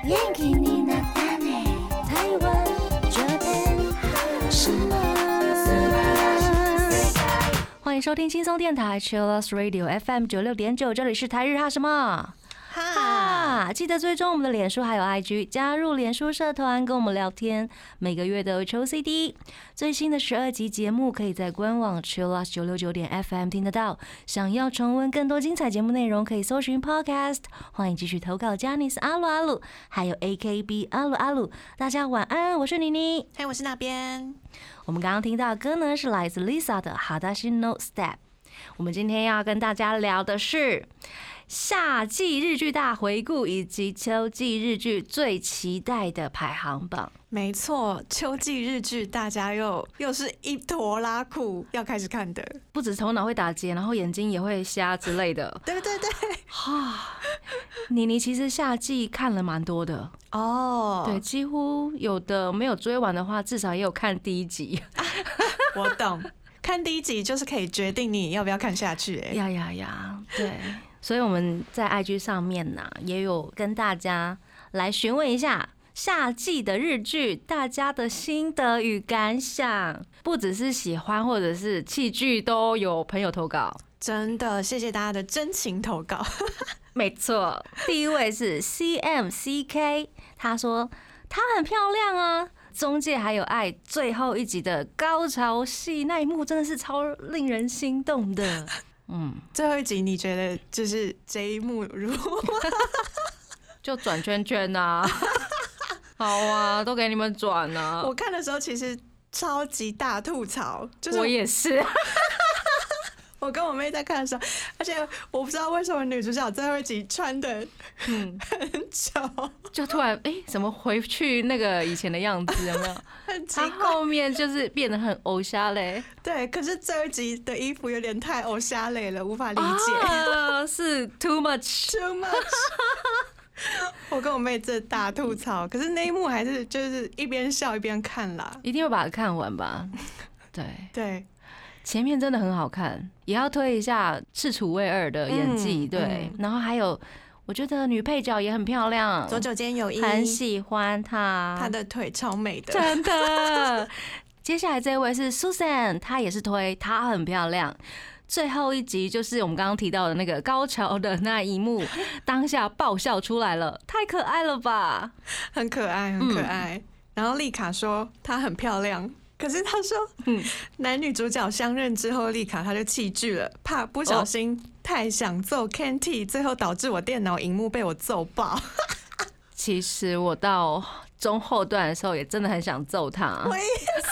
元気になったね台湾这边什么欢迎收听轻松电台 Chillus Radio FM 96.9，这里是台日哈什么哈，记得追踪我们的脸书还有 IG， 加入脸书社团跟我们聊天，每个月都有抽 CD。最新的12集节目可以在官网 Chillus 969.FM 听得到。想要重温更多精彩节目内容，可以搜寻 Podcast。欢迎继续投稿 Janice 阿鲁阿鲁，还有 AKB 阿鲁阿鲁。大家晚安，我是妮妮， 嘿，我是那边。 我们刚刚听到的歌呢，是来自 Lisa 的 Hadashi no Step。我们今天要跟大家聊的是夏季日剧大回顾以及秋季日剧最期待的排行榜。 没错，秋季日剧大家又是一坨拉苦要开始看的， 不止头脑会打结，然后眼睛也会瞎之类的。 对对对， 妮妮其实夏季看了蛮多的哦， 对，几乎有的没有追完的话，至少也有看第一集。 我懂，看第一集就是可以决定你要不要看下去。 呀，对。所以我们在 IG 上面呢，也有跟大家来询问一下夏季的日剧大家的心得与感想，不只是喜欢或者是弃剧，都有朋友投稿。 真的，谢谢大家的真情投稿。 没错，第一位是 CMCK， 他说她很漂亮啊，中介还有爱最后一集的高潮戏那一幕真的是超令人心动的。 最后一集你觉得就是这一幕如何？ 就转圈圈啊，好啊，都给你们转啊。 我看的时候其实超级大吐槽，就是我也是。 我跟我妹在看的时候，而且我不知道为什么女主角最后一集穿的很丑， 就突然怎么回去那个以前的样子有没有？ 很奇怪， 她后面就是变得很偶像嘞。 对，可是最后一集的衣服有点太偶像类了，无法理解。 是 too much。 我跟我妹这大吐槽，可是那一幕还是就是一边笑一边看啦， 一定要把它看完吧。 对。 前面真的很好看，也要推一下赤楚卫二的演技，对，然后还有我觉得女配角也很漂亮， 佐久间有一， 很喜欢她的腿超美的， 真的。接下来这位是 Susan， 她也是推，她很漂亮。最后一集就是我们刚刚提到的那个高潮的那一幕，当下爆笑出来了，太可爱了吧， 很可爱，很可爱。然后丽卡说她很漂亮。可是他说，男女主角相认之后，丽卡他就弃剧了，怕不小心太想揍 Kenty， 最后导致我电脑荧幕被我揍爆。 其实我到中后段的时候，也真的很想揍他。 我也是。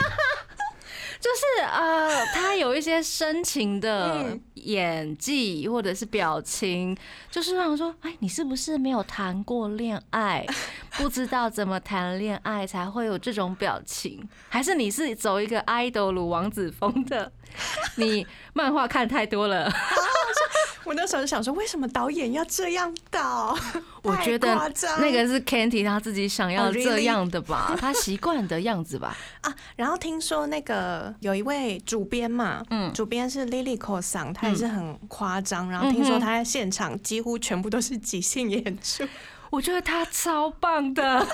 就是他有一些深情的演技或者是表情，就是让我说，你是不是没有谈过恋爱，不知道怎么谈恋爱才会有这种表情？还是你是走一个 idol 王子风的？你漫画看太多了。 我那时候就想说，为什么导演要这样导？ 我觉得那个是 Kenty 他自己想要这样的吧，他习惯的样子吧。 然后听说那个有一位主编嘛，主编是 Liliko 桑，他也是很夸张。然后听说他在现场几乎全部都是即兴演出， 我觉得他超棒的，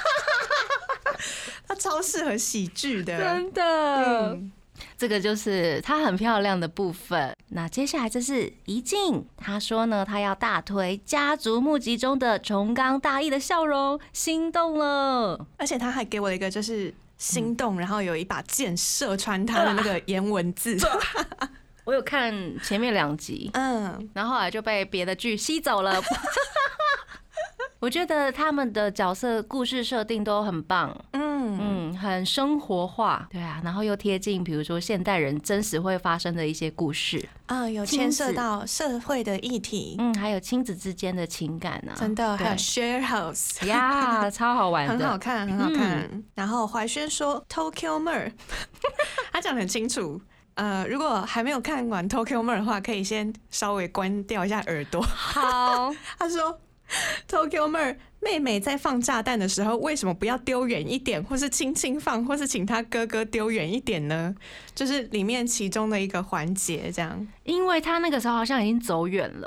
他超适合喜剧的， 真的。这个就是她很漂亮的部分。那接下来这是怡静，她说呢，她要大推家族募集中的重冈大义的笑容，心动了。 而且她还给我一个就是心动，然后有一把箭射穿她的那个颜文字。 我有看前面2集，然后后来就被别的剧吸走了。我觉得他们的角色故事设定都很棒，很生活化，对啊，然后又贴近，比如说现代人真实会发生的一些故事， 有牵涉到社会的议题， 还有亲子之间的情感啊， 真的，还有 share house 呀，超好玩的， 很好看，很好看。然后怀轩说 Tokyo Mer， 他讲得很清楚。如果还没有看完 Tokyo Mer 的话，可以先稍微关掉一下耳朵。 好， 他说 Tokyo Mer 妹妹在放炸弹的时候，为什么不要丢远一点，或是轻轻放，或是请他哥哥丢远一点呢？就是里面其中的一个环节，这样。 因为他那个时候好像已经走远了。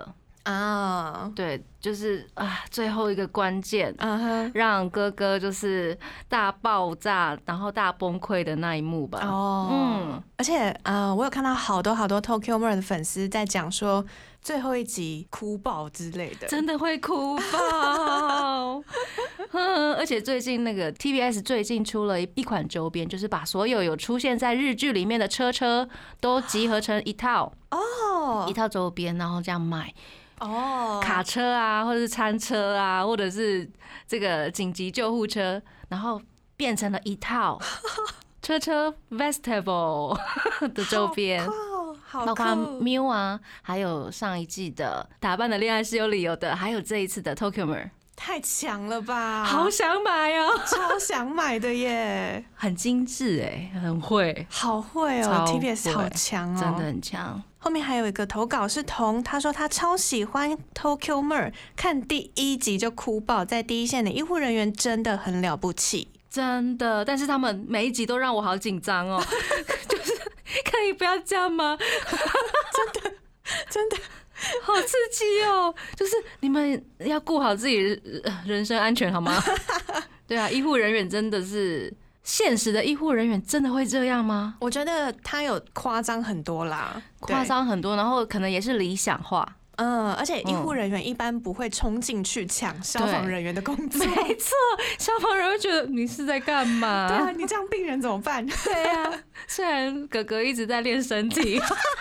啊， 对，就是最后一个关键，让哥哥就是大爆炸，然后大崩溃的那一幕吧。 而且我有看到好多 Tokyo Mer 的粉丝在讲说，最后一集哭爆之类的， 真的会哭爆。而且最近那个 TBS 最近出了一款周边，就是把所有有出现在日剧里面的车都集合成一套一套周边，然后这样卖。卡车啊，或者是餐车啊，或者是这个紧急救护车，然后变成了一套车 Festival 的周边，包括 Miu 啊，还有上一季的打扮的恋爱是有理由的，还有这一次的 Tokyo Mer， 太强了吧！ 好想买哦， 超想买的耶， 很精致很会， 好会哦 ，TBS 好强哦， 真的很强。 后面还有一个投稿是他说他超喜欢 Tokyo Mer， 看第1集就哭爆，在第一线的医护人员真的很了不起， 真的。但是他们每一集都让我好紧张哦，就是可以不要这样吗？真的好刺激哦！就是你们要顾好自己人身安全好吗？对啊，医护人员真的是。现实的医护人员真的会这样吗？ 我觉得他有夸张很多啦， 夸张很多，然后可能也是理想化。 而且医护人员一般不会冲进去抢消防人员的工作。 没错，消防人会觉得你是在干嘛？ 对啊，你这样病人怎么办？ 对啊，虽然哥哥一直在练身体。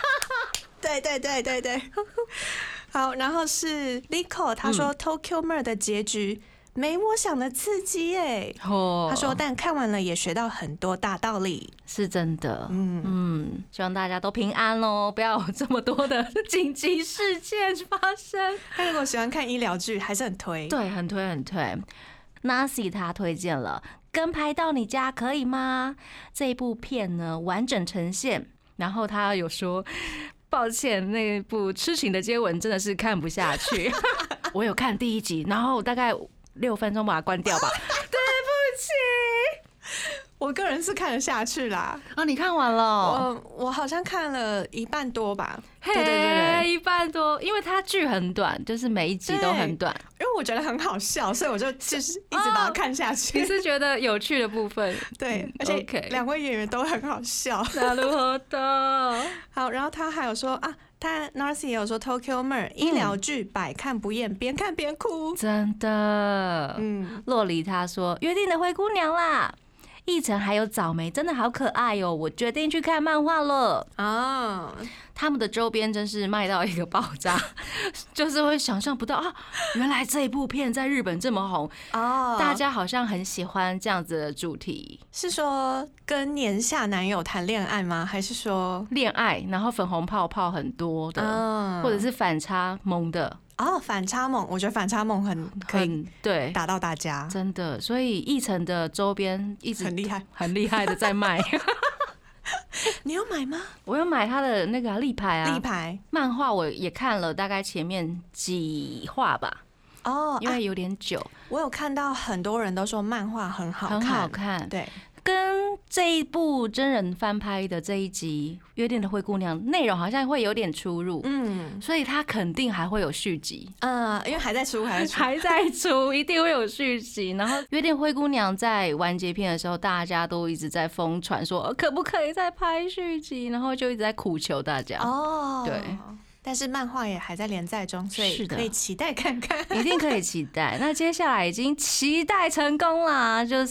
对。好，然后是 Lico， 他说 Tokyo Mer 的结局。没我想的刺激耶！他说，但看完了也学到很多大道理， 是真的。希望大家都平安咯，不要有这么多的紧急事件发生。 但如果喜欢看医疗剧，还是很推。 对，很推。Nasi 他推荐了《跟拍到你家》，可以吗？这一部片呢，完整呈现。然后他有说，抱歉，那部痴情的接吻真的是看不下去。我有看第1集，然后大概6分钟把它关掉吧。对不起， 我个人是看得下去啦。 你看完了？ 我好像看了1半多吧。 对，1半多，因为它剧很短，就是每一集都很短。 因为我觉得很好笑，所以我就是一直把它看下去。 你是觉得有趣的部分？ 对，而且2位演员都很好笑。 なるほど。 好，然后他还有说他 Narcy 也有说 Tokyo Mer 医疗剧百看不厌，边看边哭， 真的。洛里他说约定的灰姑娘啦，奕晨还有早梅真的好可爱哦，我决定去看漫画了啊。他们的周边真是卖到一个爆炸，就是会想象不到原来这一部片在日本这么红哦，大家好像很喜欢这样子的主题。 是说跟年下男友谈恋爱吗？还是说恋爱，然后粉红泡泡很多的，或者是反差萌的？ 反差萌，我觉得反差萌可以对打到大家， 真的。所以奕晨的周边一直很厉害的在卖。 你有买吗？ 我有买他的那个立牌啊， 立牌漫画我也看了，大概前面几话吧。因为有点久。 我有看到很多人都说漫画很好看， 很好看， 对。 跟这一部真人翻拍的这一集《约定的灰姑娘》内容好像会有点出入，所以它肯定还会有续集， 因为还在出， 一定会有续集。然后《约定灰姑娘》在完结篇的时候，大家都一直在疯传说可不可以再拍续集，然后就一直在苦求大家。对。 但是漫画也还在连载中，所以可以期待看看， 一定可以期待。那接下来已经期待成功啦，就是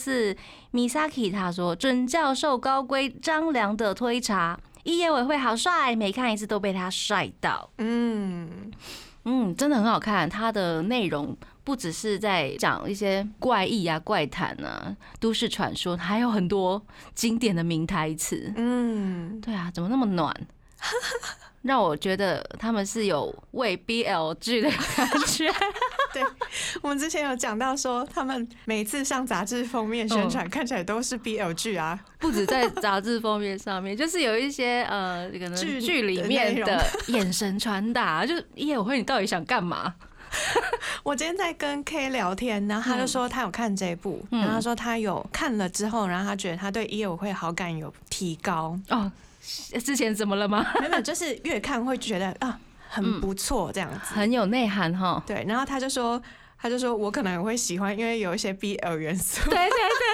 Misaki 他说准教授高规张良的推茶，一野委会好帅，每看一次都被他帅到。真的很好看，它的内容不只是在讲一些怪异啊、怪谈啊、都市传说，还有很多经典的名台词。对啊，怎么那么暖？让我觉得他们是有为 BL 剧的感觉。 对，我们之前有讲到说，他们每次上杂志封面宣传，看起来都是 BL 剧啊， 不止在杂志封面上面，就是有一些可能剧里面的眼神传达，就是叶我会你到底想干嘛？ 我今天在跟 K 聊天，然后他就说他有看这一部，然后他说他有看了之后，然后他觉得他对叶我会好感有提高。 之前怎么了吗？ 没有，就是越看会觉得很不错这样子， 很有内涵哈。 对，然后他就说我可能也会喜欢，因为有一些 BL 元素。 对，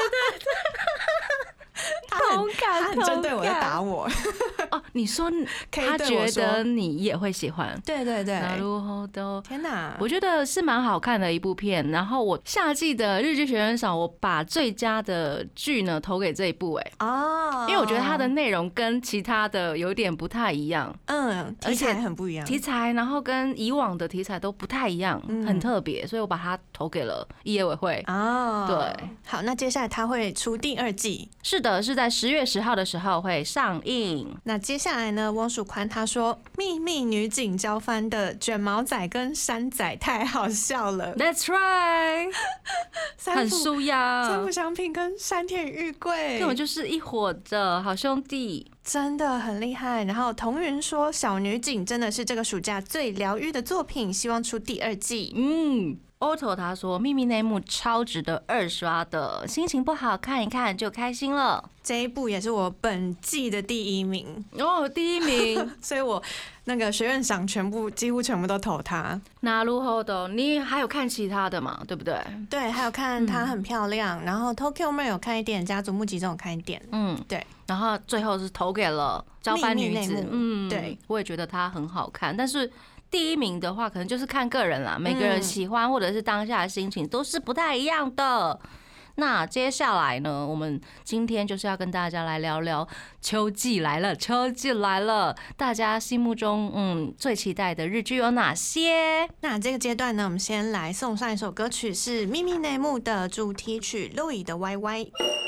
同感， 他很针对我在打我。 哦，你说他觉得你也会喜欢？ 对。 天哪，我觉得是蛮好看的一部片。然后我夏季的日剧学院赏，我把最佳的剧呢投给这一部，因为我觉得它的内容跟其他的有点不太一样， 题材很不一样， 题材然后跟以往的题材都不太一样，很特别，所以我把它投给了艺业委会。对， 好，那接下来它会出第2季， 是的，是在10月10号的时候会上映。 那接下来呢，翁曙宽他说，秘密女警交番的卷毛仔跟山仔太好笑了。 That's right， 很舒压， 三浦翔平跟山田裕贵根本就是一伙的好兄弟， 真的很厉害。然后童云说，小女警真的是这个暑假最疗愈的作品，希望出第2季。 Otto 他说，秘密内幕超值得2刷的，心情不好看一看就开心了。 这一部也是我本季的第1名第1名， 所以我那个学院赏几乎全部都投他。 那如何的？你还有看其他的嘛？对不对？ 对，还有看她很漂亮，然后 Tokyo Mail 有看一点，家族募集这种看一点。对。 然后最后是投给了交番女子。 对， 我也觉得她很好看，但是第1名的话，可能就是看个人啦，每个人喜欢或者是当下的心情都是不太一样的。那接下来呢，我们今天就是要跟大家来聊聊秋季来了，大家心目中最期待的日剧有哪些？ 那这个阶段呢，我们先来送上一首歌曲，是秘密内幕的主题曲 Louis 的 YY。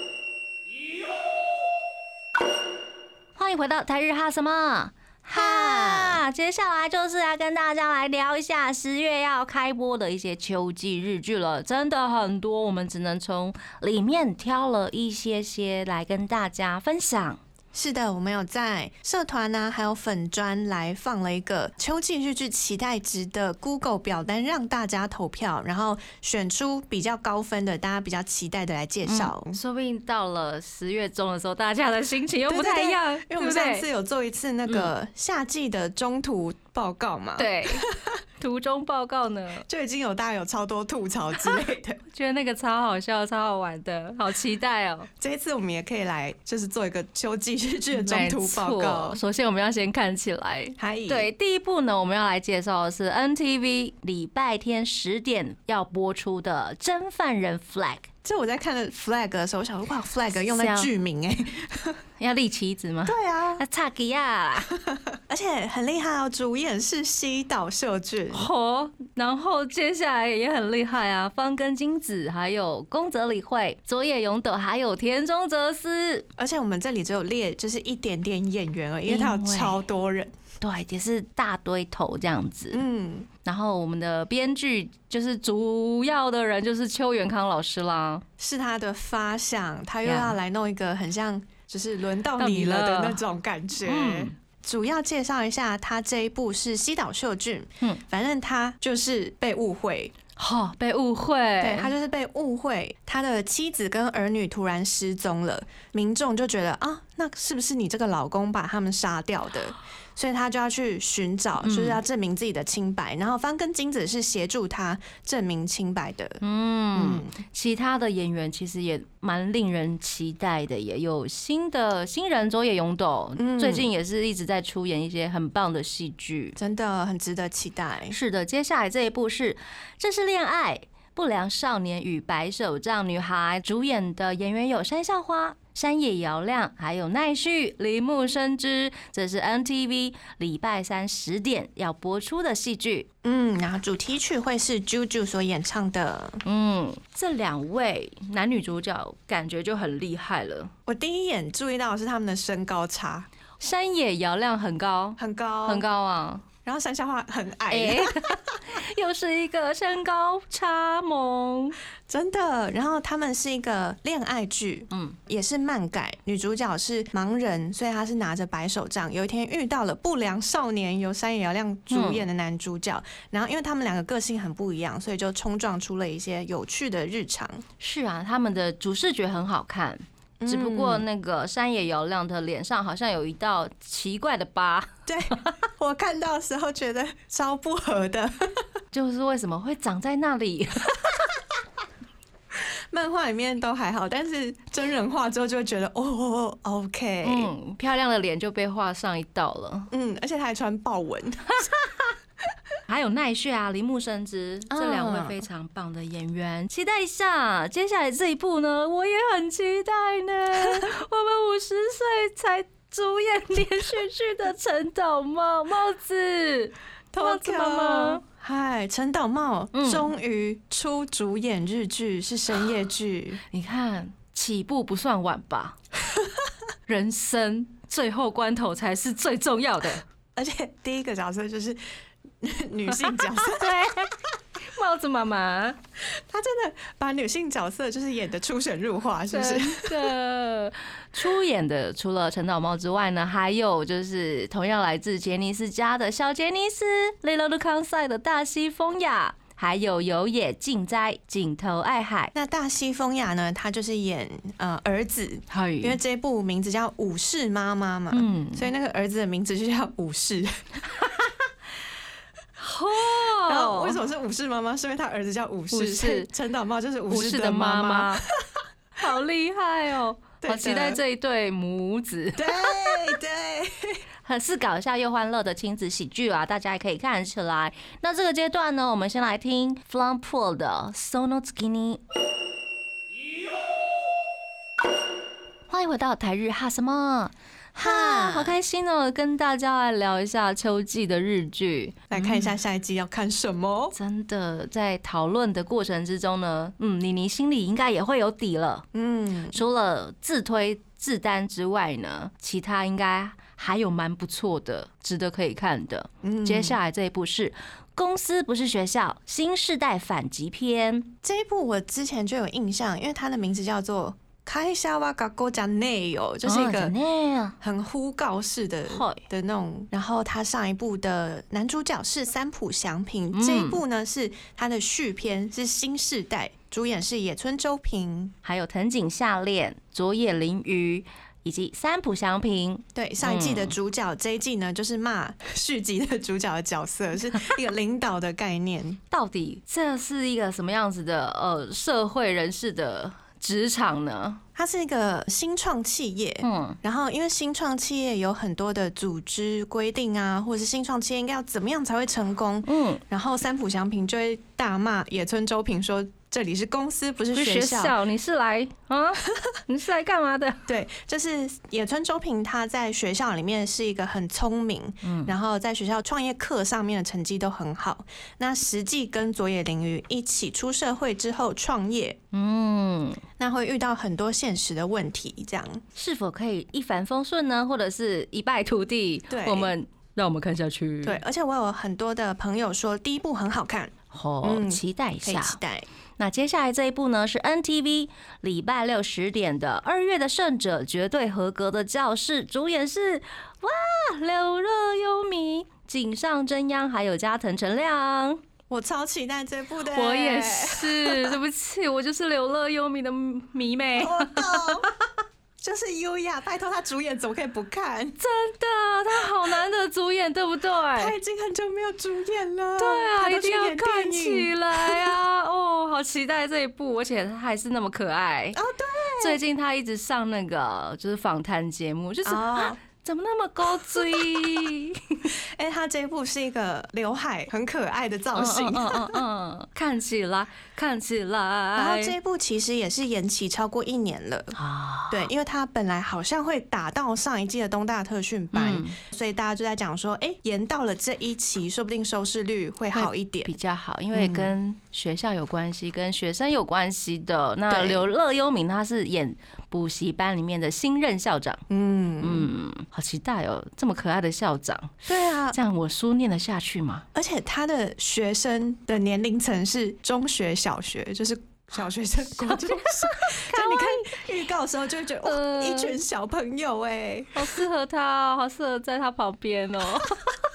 欢迎回到台日哈什么哈，接下来就是要跟大家来聊一下10月要开播的一些秋季日剧了，真的很多，我们只能从里面挑了一些来跟大家分享。 是的，我们有在社团啊，还有粉专来放了一个秋季日剧期待值的 Google 表单，让大家投票，然后选出比较高分的，大家比较期待的来介绍。 说不定到了10月中的时候，大家的心情又不太一样， 因为我们上次有做一次那个夏季的中途报告嘛， 对。途中报告呢， 就已经大家有超多吐槽之类的， 觉得那个超好笑、超好玩的，好期待哦！ 这一次我们也可以来，就是做一个秋季日剧的中途报告。 首先我们要先看起来，对，第一部呢，我们要来介绍的是 NTV 礼拜天10点要播出的《真犯人 Flag》。 这我在看了 flag 的时候，我想说哇 ，flag 用在剧名要立旗子吗？ 对啊， 要插旗啊， 而且很厉害哦，主演是西岛秀俊然后接下来也很厉害啊，方根金子，还有宫泽理惠、佐野勇斗，还有田中哲司。 而且我们这里只有列就是一点点演员而已，因为他有超多人。 对，也是大堆头这样子。然后我们的编剧就是主要的人就是邱元康老师啦， 是他的发想，他又要来弄一个很像就是轮到你了的那种感觉。主要介绍一下，他这一部是西岛秀俊，反正他就是被误会。 被误会， 对，他就是被误会，他的妻子跟儿女突然失踪了，民众就觉得啊，那是不是你这个老公把他们杀掉的？所以他就要去寻找，就是要证明自己的清白。然后方根金子是协助他证明清白的。 其他的演员其实也蛮令人期待的，也有新人佐野勇斗，最近也是一直在出演一些很棒的戏剧， 真的很值得期待。 是的，接下来这一部是《这是恋爱》。不良少年与白手杖女孩主演的演员有山校花、山野遥亮，还有奈绪、铃木伸之。这是 NTV 礼拜3 10点要播出的戏剧。 然后主题曲会是 JUJU 所演唱的。 这2位男女主角感觉就很厉害了。 我第一眼注意到的是他们的身高差， 山野遥亮很高啊。 然后山校花很矮， 又是一个身高差萌， 真的。然后他们是一个恋爱剧，也是漫改，女主角是盲人，所以她是拿着白手杖。有一天遇到了不良少年，由山野遥亮主演的男主角，然后因为他们2个个性很不一样，所以就冲撞出了一些有趣的日常。 是啊，他们的主视觉很好看。 只不过那个山野遥亮的脸上好像有一道奇怪的疤。 对，我看到的时候觉得超不合的， 就是为什么会长在那里？ 漫画里面都还好，但是真人画之后就会觉得哦 ，OK， 漂亮的脸就被画上一道了。 而且他还穿豹纹。 还有奈绪啊、铃木伸之这两位非常棒的演员，期待一下接下来这一部呢，我也很期待呢。我们50岁才主演连续剧的陈岛茂帽子妈妈。 嗨，陈岛茂终于出主演日剧，是深夜剧。 你看起步不算晚吧？人生最后关头才是最重要的， 而且第一个角色就是女性角色。 对，帽子妈妈， 她真的把女性角色就是演得出神入化，是不是？ 真的，出演的除了陈岛茂之外呢，还有就是同样来自杰尼斯家的小杰尼斯、Little Kansai 的大西风雅，还有有野静哉、井头爱海。 那大西风雅呢，他就是演儿子，因为这部名字叫武士妈妈嘛，所以那个儿子的名字就叫武士。然后为什么是武士妈妈？是因为他儿子叫武士，陈岛茂就是武士的妈妈。 好厉害哦！好期待这一对母子。 对对， 很是搞笑又欢乐的亲子喜剧啊，大家也可以看起来。那这个阶段呢，我们先来听 Flumpool 的 Sono Tsukini。欢迎回到台日哈什么哈，好开心哦！跟大家来聊一下秋季的日剧， 来看一下下一季要看什么。 真的在讨论的过程之中呢，你心里应该也会有底了。除了自推自单之外呢，其他应该还有蛮不错的，值得可以看的。接下来这一部是《公司不是学校》新世代反击篇。 这一部我之前就有印象，因为它的名字叫做开社は学校じゃねえよ，就是一个很呼告式的那种。然后他上一部的男主角是三浦翔平，这一部呢是他的续篇，是新世代，主演是野村周平， 还有藤井夏恋、佐野绫鱼以及三浦翔平。 对，上一季的主角，这一季呢就是骂续集的主角的角色，是一个领导的概念。 到底这是一个什么样子的社会人士的职场呢？ 它是一个新创企业，然后因为新创企业有很多的组织规定啊，或者是新创企业应该要怎么样才会成功，然后三浦翔平就会大骂野村周平说，这里是公司，不是学校。 你是来啊？你是来干嘛的？ 对，就是野村周平，他在学校里面是一个很聪明，然后在学校创业课上面的成绩都很好。那实际跟佐野绫鱼一起出社会之后创业，那会遇到很多现实的问题，这样是否可以一帆风顺呢？或者是一败涂地？对，让我们看下去。 对，而且我有很多的朋友说第一部很好看， 期待一下， 可以期待。 那接下来这一部呢是 NTV 礼拜6 10点的《2月的胜者绝对合格的教室》，主演是柳乐优弥、井上真央还有加藤成亮。 我超期待这部的， 我也是。对不起，我就是柳乐优弥的迷妹。 我懂，就是优雅，拜托他主演怎么可以不看？ 真的，他好难得主演，对不对？ 他已经很久没有主演了。 对啊，一定要看起来啊！哦，好期待这一部，而且他还是那么可爱。 哦，对， 最近他一直上那个就是访谈节目，就是怎么那么高追？ 他这一部是一个刘海很可爱的造型， 看起来。 然后这一部其实也是延期超过1年了对，因为他本来好像会打到上一季的东大特训班，所以大家就在讲说，延到了这一期，说不定收视率会好一点， 比较好，因为跟学校有关系，跟学生有关系的。那柳乐优弥他是演补习班里面的新任校长，好期待哦，这么可爱的校长。 对啊， 这样我书念得下去吗？ 而且他的学生的年龄层是中学、小学，就是小学生、国中生。就你看预告的时候，就会觉得一群小朋友好适合他哦，好适合在他旁边哦。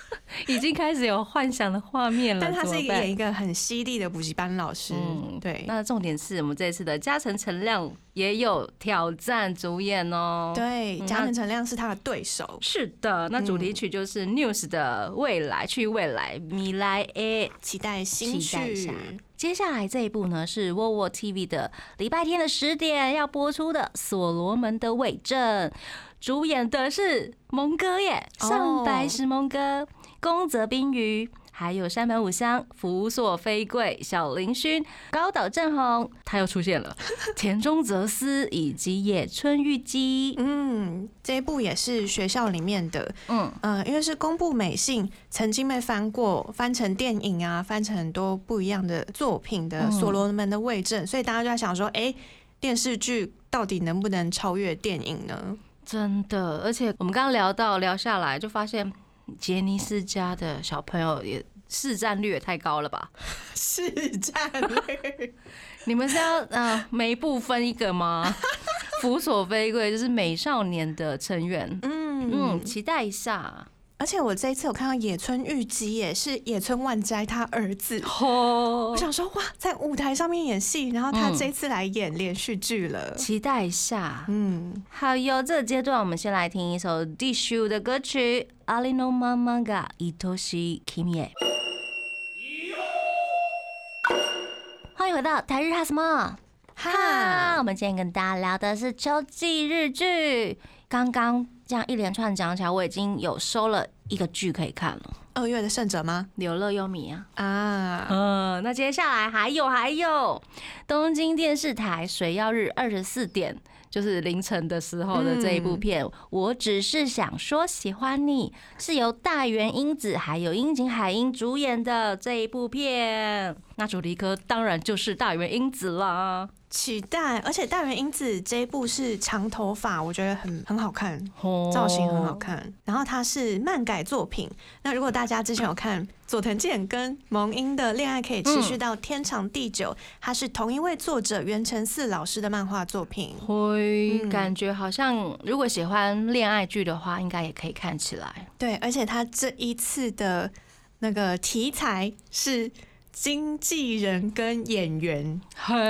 已经开始有幻想的画面了。 但他是演一个很犀利的补习班老师。对。 那重点是我们这次的嘉诚陈亮也有挑战主演哦。 对，嘉诚陈亮是他的对手。 是的，那主题曲就是 News 的未来，去未来，米来诶， 期待新曲。 接下来这一部呢是 WOWO TV 的礼拜天的10点要播出的《所罗门的伪证》，主演的是蒙哥耶，上白石蒙哥、宫泽冰鱼，还有山本五香、福所飞贵、小林薰、高岛正宏，他又出现了，田中哲司以及野村裕基。 这一部也是学校里面的，因为是公部美信曾经被翻过，翻成电影啊，翻成很多不一样的作品的《所罗门的伪证》，所以大家就在想说，电视剧到底能不能超越电影呢？ 真的，而且我们刚刚聊下来，就发现杰尼斯家的小朋友也市占率也太高了吧？ 市占率， 你们是要每一部分一个吗？福所飞贵就是美少年的成员，期待一下。 而且我这一次有看到野村裕基，也是野村万斋他儿子。我想说，哇，在舞台上面演戏，然后他这次来演连续剧了， 期待一下。好哟，这个阶段我们先来听一首 DISHU 的歌曲《Ali no Mama ga Itoshi Kimi e》。欢迎回到台日哈什么哈？我们今天跟大家聊的是秋季日剧。刚刚这样一连串讲起来，我已经有收了一个剧可以看了。 2月的胜者吗？ 柳乐优弥啊。那接下来还有东京电视台水曜日24点，就是凌晨的时候的这一部片，我只是想说喜欢你，是由大原英子还有樱井海音主演的这一部片。那主题歌当然就是大原英子啦。 期待，而且大原英子这一部是长头发，我觉得很好看，造型很好看。然后它是漫改作品，那如果大家之前有看佐藤健跟萌音的恋爱可以持续到天长地久，它是同一位作者原辰四老师的漫画作品。 感觉好像如果喜欢恋爱剧的话，应该也可以看起来。 对，而且他这一次的那个题材是经纪人跟演员，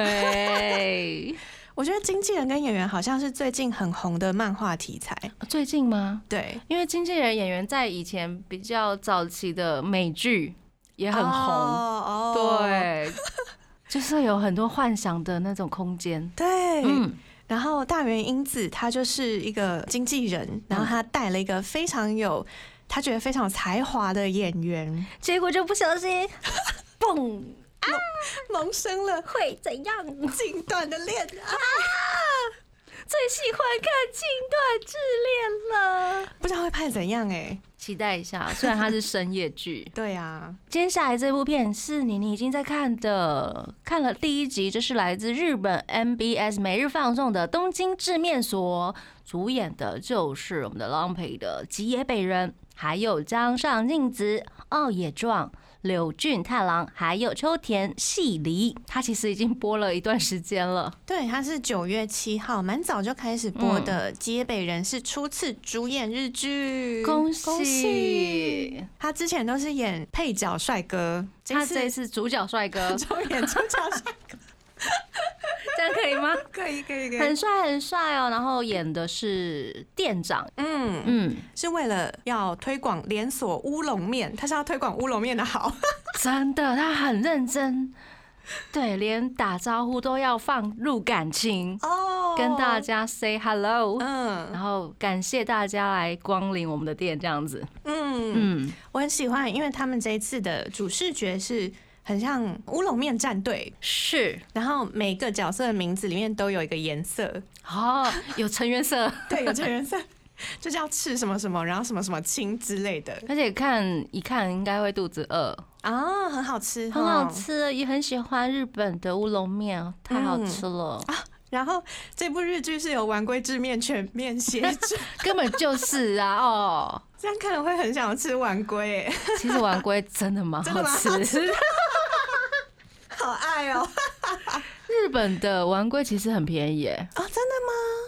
我觉得经纪人跟演员好像是最近很红的漫画题材。 最近吗？ 对， 因为经纪人演员在以前比较早期的美剧也很红，对，就是有很多幻想的那种空间。 对，然后大原英子她就是一个经纪人，然后她带了一个他觉得非常有才华的演员， 结果就不小心蹦萌生了会怎样近段的恋爱最喜欢看近段制恋了， 不知道会拍怎样期待一下。虽然它是深夜剧， 对啊。 接下来这部片是你已经在看的，看了第1集，这是来自日本 MBS 每日放送的《东京制面所》，主演的就是我们的郎配的吉野北人，还有江上静子、奥野壮、柳俊太郎，还有秋田细梨。他其实已经播了一段时间了， 对，他是9月7号，蛮早就开始播的。吉野北人是初次主演日剧， 恭喜！ 他之前都是演配角帅哥， 他这一次主角帅哥， 就演主角帅哥。 这样可以吗？ 可以， 很帅哦。然后演的是店长， 是为了要推广连锁乌龙面，他是要推广乌龙面的好， 真的，他很认真，对，连打招呼都要放入感情跟大家 say hello， 然后感谢大家来光临我们的店，这样子， 我很喜欢，因为他们这一次的主视觉是很像乌龙面战队， 是， 然后每个角色的名字里面都有一个颜色， 有成员色， 对，有成员色，就叫赤什么什么，然后什么什么青之类的， 而且一看应该会肚子饿啊，很好吃， 很好吃，也很喜欢日本的乌龙面，太好吃了啊！ 然后这部日剧是由丸龟制面全面协助， 根本就是啊这样看了会很想吃丸龟哎。 其实丸龟真的蛮好吃， 好爱哦。 日本的丸龟其实很便宜耶。 真的吗？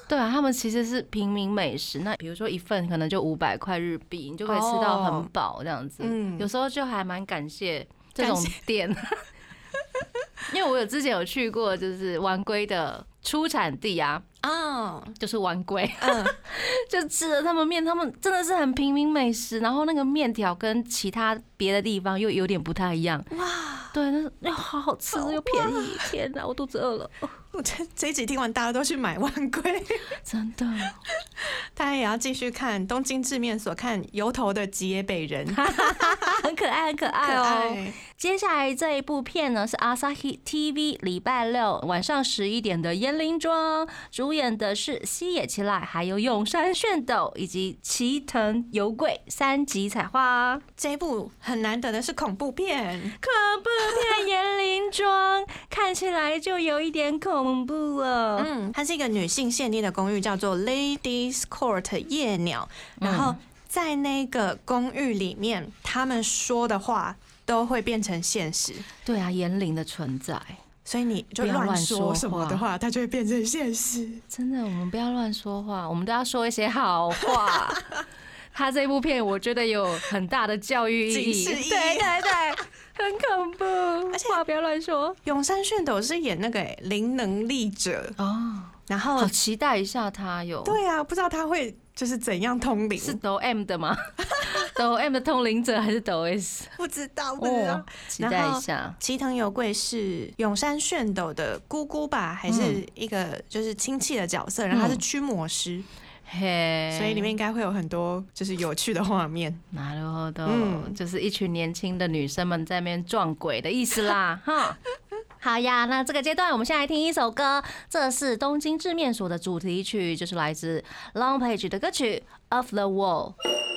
对啊，他们其实是平民美食，那比如说一份可能就500块日币，你就可以吃到很饱这样子。有时候就还蛮感谢这种店，因为我之前有去过，就是丸龟的出产地啊。就是丸龟，就吃了他们面，他们真的是很平民美食，然后那个面条跟其他别的地方又有点不太一样。哇，对，那好好吃又便宜，天哪，我肚子饿了。 我这一集听完，大家都去买丸龟， 真的。 大家也要继续看东京制面所，看油头的吉野北人， 很可爱，很可爱哦。接下来这一部片呢是 Asahi TV 礼拜6晚上11点的《岩林庄》，主演的是西野七濑，还有永山炫斗以及齐藤由贵3级彩花。 这一部很难得的是恐怖片， 恐怖片《岩林庄》看起来就有一点恐怖了。 它是一个女性限定的公寓，叫做 Ladies Court 夜鸟，然后在那个公寓里面，他们说的话都会变成现实。 对啊，岩林的存在， 所以你就乱说什么的话，它就会变成现实。 真的，我们不要乱说话，我们都要说一些好话。他这部片我觉得有很大的教育意义，对，很恐怖，而且话不要乱说。 永山炫斗是演那个灵能力者哦，然后好期待一下他有。 对啊，不知道他会就是怎样通灵， 是抖 M 的吗？抖 M 的通灵者还是抖 S？ 不知道， 期待一下。 齐藤由贵是永山炫斗的姑姑吧，还是一个就是亲戚的角色？然后他是驱魔师。所以里面应该会有很多就是有趣的画面。 なるほど，就是一群年轻的女生们在那边撞鬼的意思啦，哈。好呀，那这个阶段我们先来听一首歌，这是东京制面所的主题曲，就是来自 Long Page 的歌曲《Off the Wall》。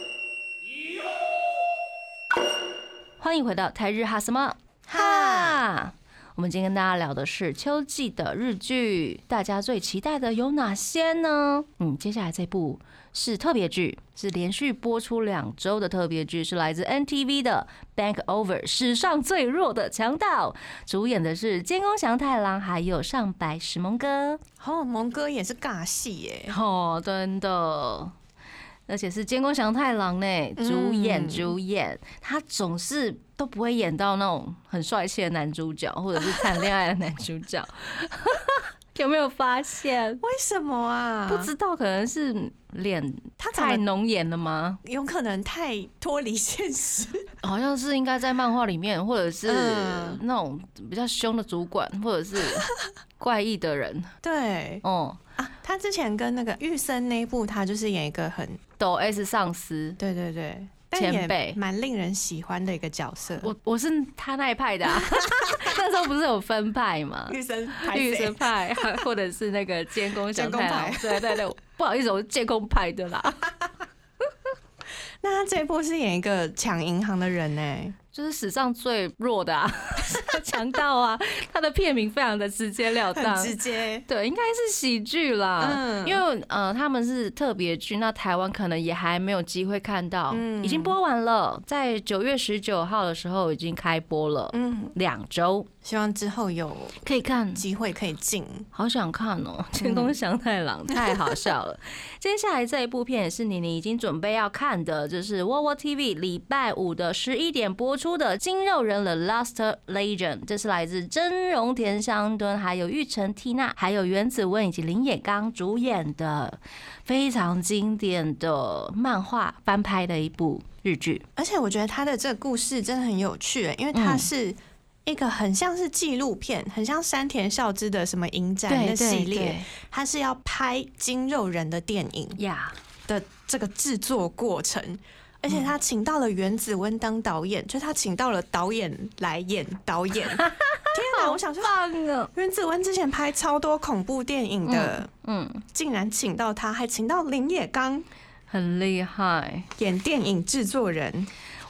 欢迎回到台日哈什么哈。我们今天跟大家聊的是秋季的日剧，大家最期待的有哪些呢？接下来这部是特别剧，是连续播出2周的特别剧，是来自 NTV 的《Bank Over》，史上最弱的强盗，主演的是监工祥太郎还有上白石萌歌。 萌歌也是尬戏耶， 真的。而且是监工祥太郎呢，主演，他总是都不会演到那种很帅气的男主角，或者是谈恋爱的男主角，有没有发现？ 为什么啊？ 不知道，可能是脸太浓颜了吗？ 有可能太脱离现实， 好像是应该在漫画里面，或者是那种比较凶的主管，或者是怪异的人。 对，他之前跟那个玉森那一部，他就是演一个很抖 S 上司， 对， 前辈， 蛮令人喜欢的一个角色。 我是他那一派的，那时候不是有分派吗？ 玉森派，或者是那个监工祥太郎，对，不好意思，我是监工派的啦。 那他这一部是演一个抢银行的人呢， 就是史上最弱的强盗啊！他的片名非常的直截了当， 很直接。 对，应该是喜剧啦，因为他们是特别剧，那台湾可能也还没有机会看到，已经播完了，在9月19号的时候已经开播了，2周。 希望之后有可以看机会可以进， 好想看哦！监工祥太郎太好笑了。接下来这一部片也是你已经准备要看的，就是 WOWOTV 礼拜5的11点播出的《金肉人的 Last Legend》，这是来自真荣田香敦、还有玉城缇娜、还有原子温以及林野刚主演的非常经典的漫画翻拍的一部日剧。 而且我觉得他的这个故事真的很有趣，因为他是一个很像是纪录片，很像山田孝之的什么影展的系列，他是要拍金肉人的电影的这个制作过程，而且他请到了原子温当导演，就他请到了导演来演导演。天哪，我想说，原子温之前拍超多恐怖电影的，竟然请到他，还请到林野刚， 很厉害， 演电影制作人。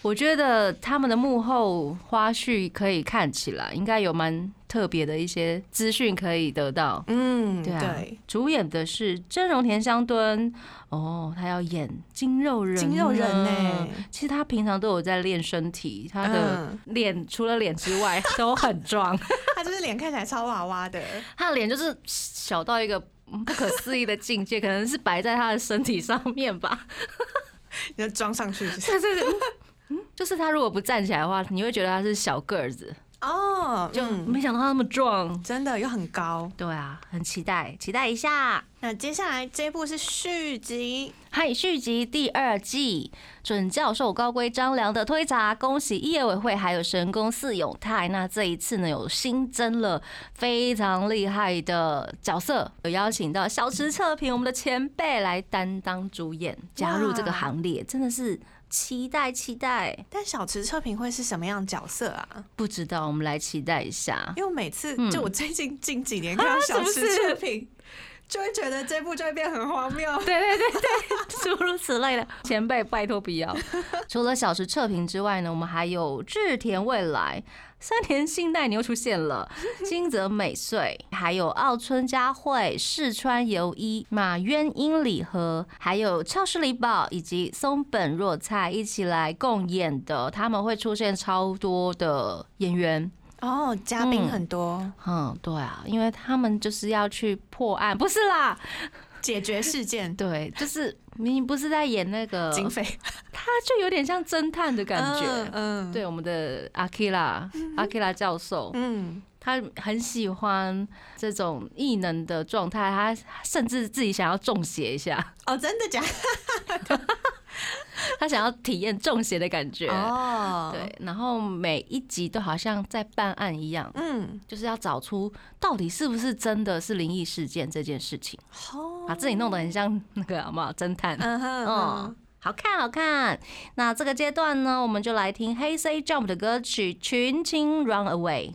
我觉得他们的幕后花絮可以看起来应该有蛮特别的一些资讯可以得到。对啊，对，主演的是真荣田香敦哦，他要演筋肉人， 筋肉人呢。 其实他平常都有在练身体，他的脸除了脸之外都很壮， 他就是脸看起来超娃娃的， 他的脸就是小到一个不可思议的境界，可能是摆在他的身体上面吧。 你就装上去， 就是他如果不站起来的话，你会觉得他是小个子哦，就没想到他那么壮， 真的又很高。 对啊，很期待一下。 那接下来这部是续集， 续集第2季，准教授高龟张良的推查，恭喜业委会还有神宫寺永泰。那这一次呢，有新增了非常厉害的角色，有邀请到小池测评我们的前辈来担当主演，加入这个行列，真的是期待。 但小池测评会是什么样的角色啊？ 不知道，我们来期待一下。 因为每次就我最近近几年看到小池测评，就会觉得这部就会变很荒谬。 对，诸如此类的。前辈拜托不要。除了小池测评之外呢，我们还有志田未来。三田信代你又出现了，金泽美穗，还有奥村佳惠、世川由一、马渊英里和，还有超市里保以及松本若菜一起来共演的，他们会出现超多的演员。 哦，嘉宾很多。 对啊，因为他们就是要去破案，不是啦， 解决事件。 对，就是明明不是在演那个警匪， 他就有点像侦探的感觉。对，我们的阿基拉教授，他很喜欢这种异能的状态，他甚至自己想要中邪一下。 哦，真的假的？ 他想要体验中邪的感觉哦，对，然后每一集都好像在办案一样，就是要找出到底是不是真的是灵异事件这件事情，把自己弄得很像那个好不好侦探，好看。那这个阶段呢，我们就来听 Hey Say Jump 的歌曲《群青 Run Away》。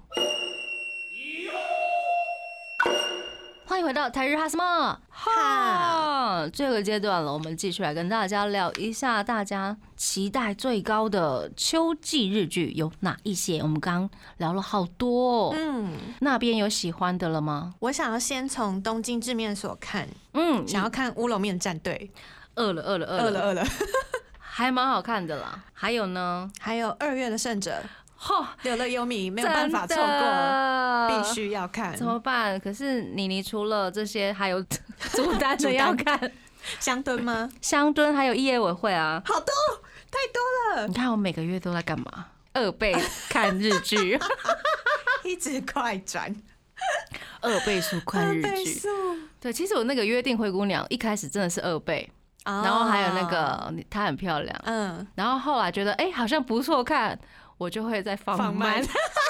欢迎回到台日哈什么哈，最后一个阶段了，我们继续来跟大家聊一下大家期待最高的秋季日剧有哪一些。我们刚刚聊了好多那边有喜欢的了吗？ 我想要先从东京制面所看，想要看乌龙面战队，饿了， 还蛮好看的啦。还有呢？ 还有2月的胜者。有了优米没有办法错过，必须要看。 怎么办？可是妮除了这些，还有主单的要看。 香敦吗？ 香敦还有业委会啊， 好多，太多了。 你看我每个月都在干嘛？2倍看日剧， 一直快转 ，2倍速看日剧。对，其实我那个约定灰姑娘一开始真的是2倍。然后还有那个她很漂亮，然后后来觉得好像不错看。我就会再放慢。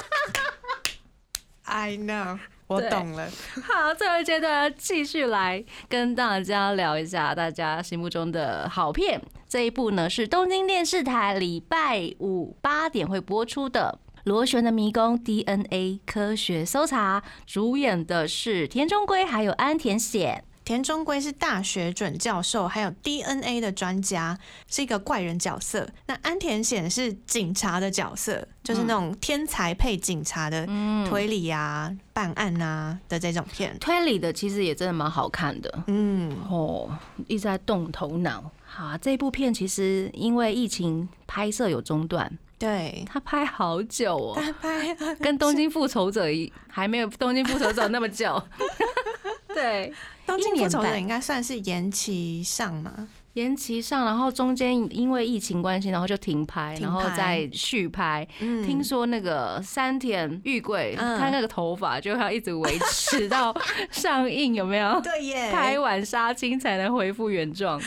I know， 我懂了。 好，最后一阶段继续来跟大家聊一下大家心目中的好片。这一部呢是东京电视台礼拜5 8点会播出的《螺旋的迷宫 DNA 科学搜查》，主演的是田中圭还有安田显。 田中圭是大学准教授，还有 DNA 的专家，是一个怪人角色。那安田显是警察的角色，就是那种天才配警察的推理啊、办案啊的这种片。 推理的其实也真的蛮好看的，一直在动头脑。好，这部片其实因为疫情拍摄有中断。 对， 他拍好久哦， 他拍跟《东京复仇者》还没有《东京复仇者》那么久。对， 《东京复仇者》应该算是延期上嘛？ 延期上，然后中间因为疫情关系，然后就停拍，然后再续拍。听说那个山田裕贵，他那个头发就要一直维持到上映，有没有？ 对耶， 拍完杀青才能恢复原状。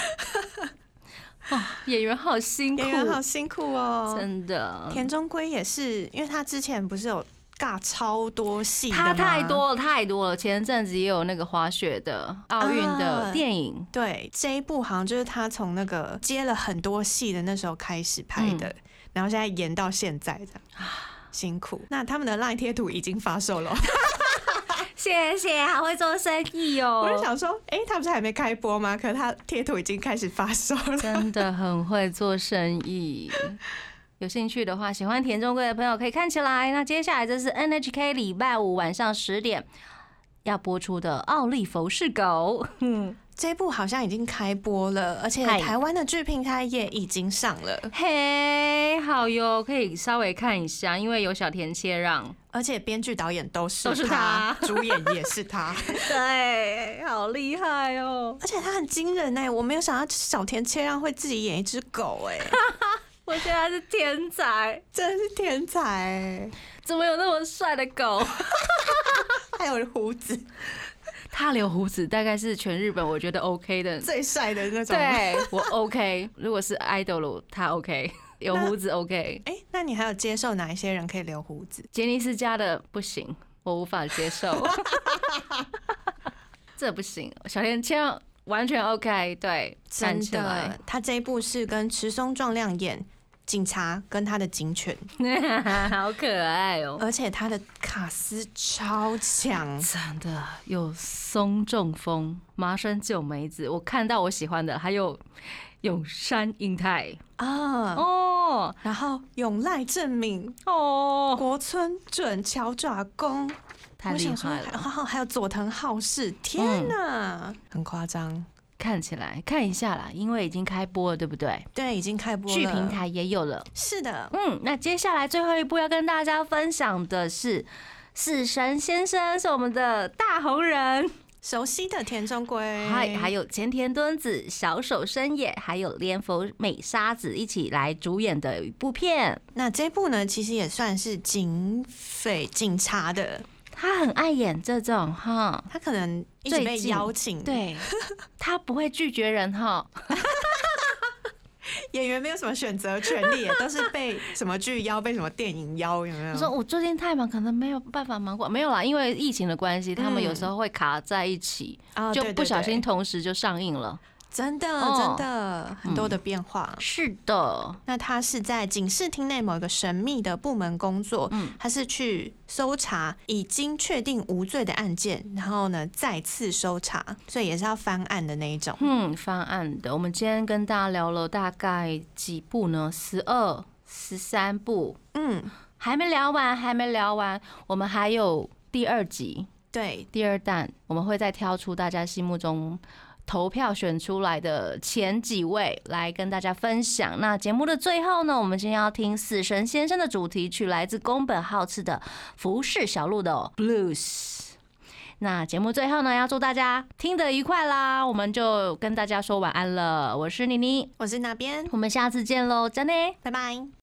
演员好辛苦， 演员好辛苦哦， 真的。 田中圭也是，因为他之前不是有尬超多戏的吗？ 他太多了。前阵子也有那个滑雪的奥运的电影， 对，这一部好像就是他从那个接了很多戏的那时候开始拍的，然后现在演到现在这样，辛苦。那他们的 LINE 贴图已经发售了。 谢谢，好会做生意哦！ 我就想说，他不是还没开播吗？可是他贴图已经开始发售了， 真的很会做生意。 有兴趣的话，喜欢田中圭的朋友可以看起来。那接下来这是 NHK 礼拜五晚上10点要播出的《奥利弗是狗》。 这部好像已经开播了，而且台湾的剧平台也已经上了。 嘿，好哟，可以稍微看一下，因为有小田切让， 而且编剧导演都是他，主演也是他。 对，好厉害哦！ 而且他很惊人哎，我没有想到小田切让会自己演一只狗哎。 我觉得他是天才， 真的是天才哎！ 怎么有那么帅的狗？ 还有胡子。 他留胡子大概是全日本我觉得 OK 的最帅的那种。 对，我 OK。如果是 idol， 他 OK， 有胡子 OK。 那你还有接受哪一些人可以留胡子？ 杰尼斯家的不行，我无法接受。这不行，小田切让完全 OK。对， 真的，他这一部是跟池松壮亮演警察跟他的警犬， 好可爱哦！ 而且他的卡斯超强， 真的有松中丰、麻生久美子，我看到我喜欢的，还有永山英太哦，然后永濑正敏哦，国村准乔爪功， 太厉害了！ 还有佐藤浩市，天哪，很夸张。 看起来看一下啦，因为已经开播了，对不对？ 对，已经开播了， 剧平台也有了。 是的， 那接下来最后一部要跟大家分享的是死神先生，是我们的大红人， 熟悉的田中圭， 还有前田敦子、小手伸也，还有连佛美沙子一起来主演的一部片。 那这部呢，其实也算是警察的。 他很爱演这种哈， 他可能一直被邀请， 对，他不会拒绝人哈。 演员没有什么选择权利，都是被什么剧邀，被什么电影邀，有没有？ 我说我最近太忙，可能没有办法忙过，没有啦，因为疫情的关系，他们有时候会卡在一起，就不小心同时就上映了。 真的，很多的变化。 是的， 那他是在警视厅内某一个神秘的部门工作，他是去搜查已经确定无罪的案件，然后呢再次搜查，所以也是要翻案的那一种。 翻案的。我们今天跟大家聊了大概几部呢？12、13部。还没聊完，我们还有第2集， 对， 第2弹，我们会再挑出大家心目中投票选出来的前几位来跟大家分享。那节目的最后呢，我们今天要听死神先生的主题曲，来自宫本浩次的服饰小路的 Blues。那节目最后呢，要祝大家听得愉快啦，我们就跟大家说晚安了。我是妮妮， 我是那边， 我们下次见喽，再见， 拜拜。